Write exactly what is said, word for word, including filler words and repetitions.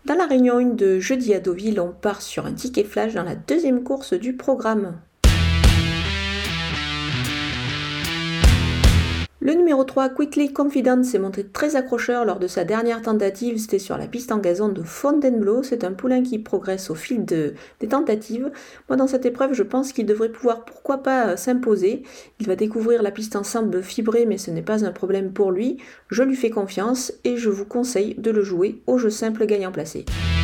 Dans la réunion un de jeudi à Deauville, on part sur un ticket flash dans la deuxième course du programme. Le numéro trois, Quickly Confident, s'est montré très accrocheur lors de sa dernière tentative, c'était sur la piste en gazon de Fontainebleau. C'est un poulain qui progresse au fil de, des tentatives. Moi, dans cette épreuve, je pense qu'il devrait pouvoir, pourquoi pas, s'imposer. Il va découvrir la piste ensemble fibrée, mais ce n'est pas un problème pour lui. Je lui fais confiance et je vous conseille de le jouer au jeu simple gagnant placé.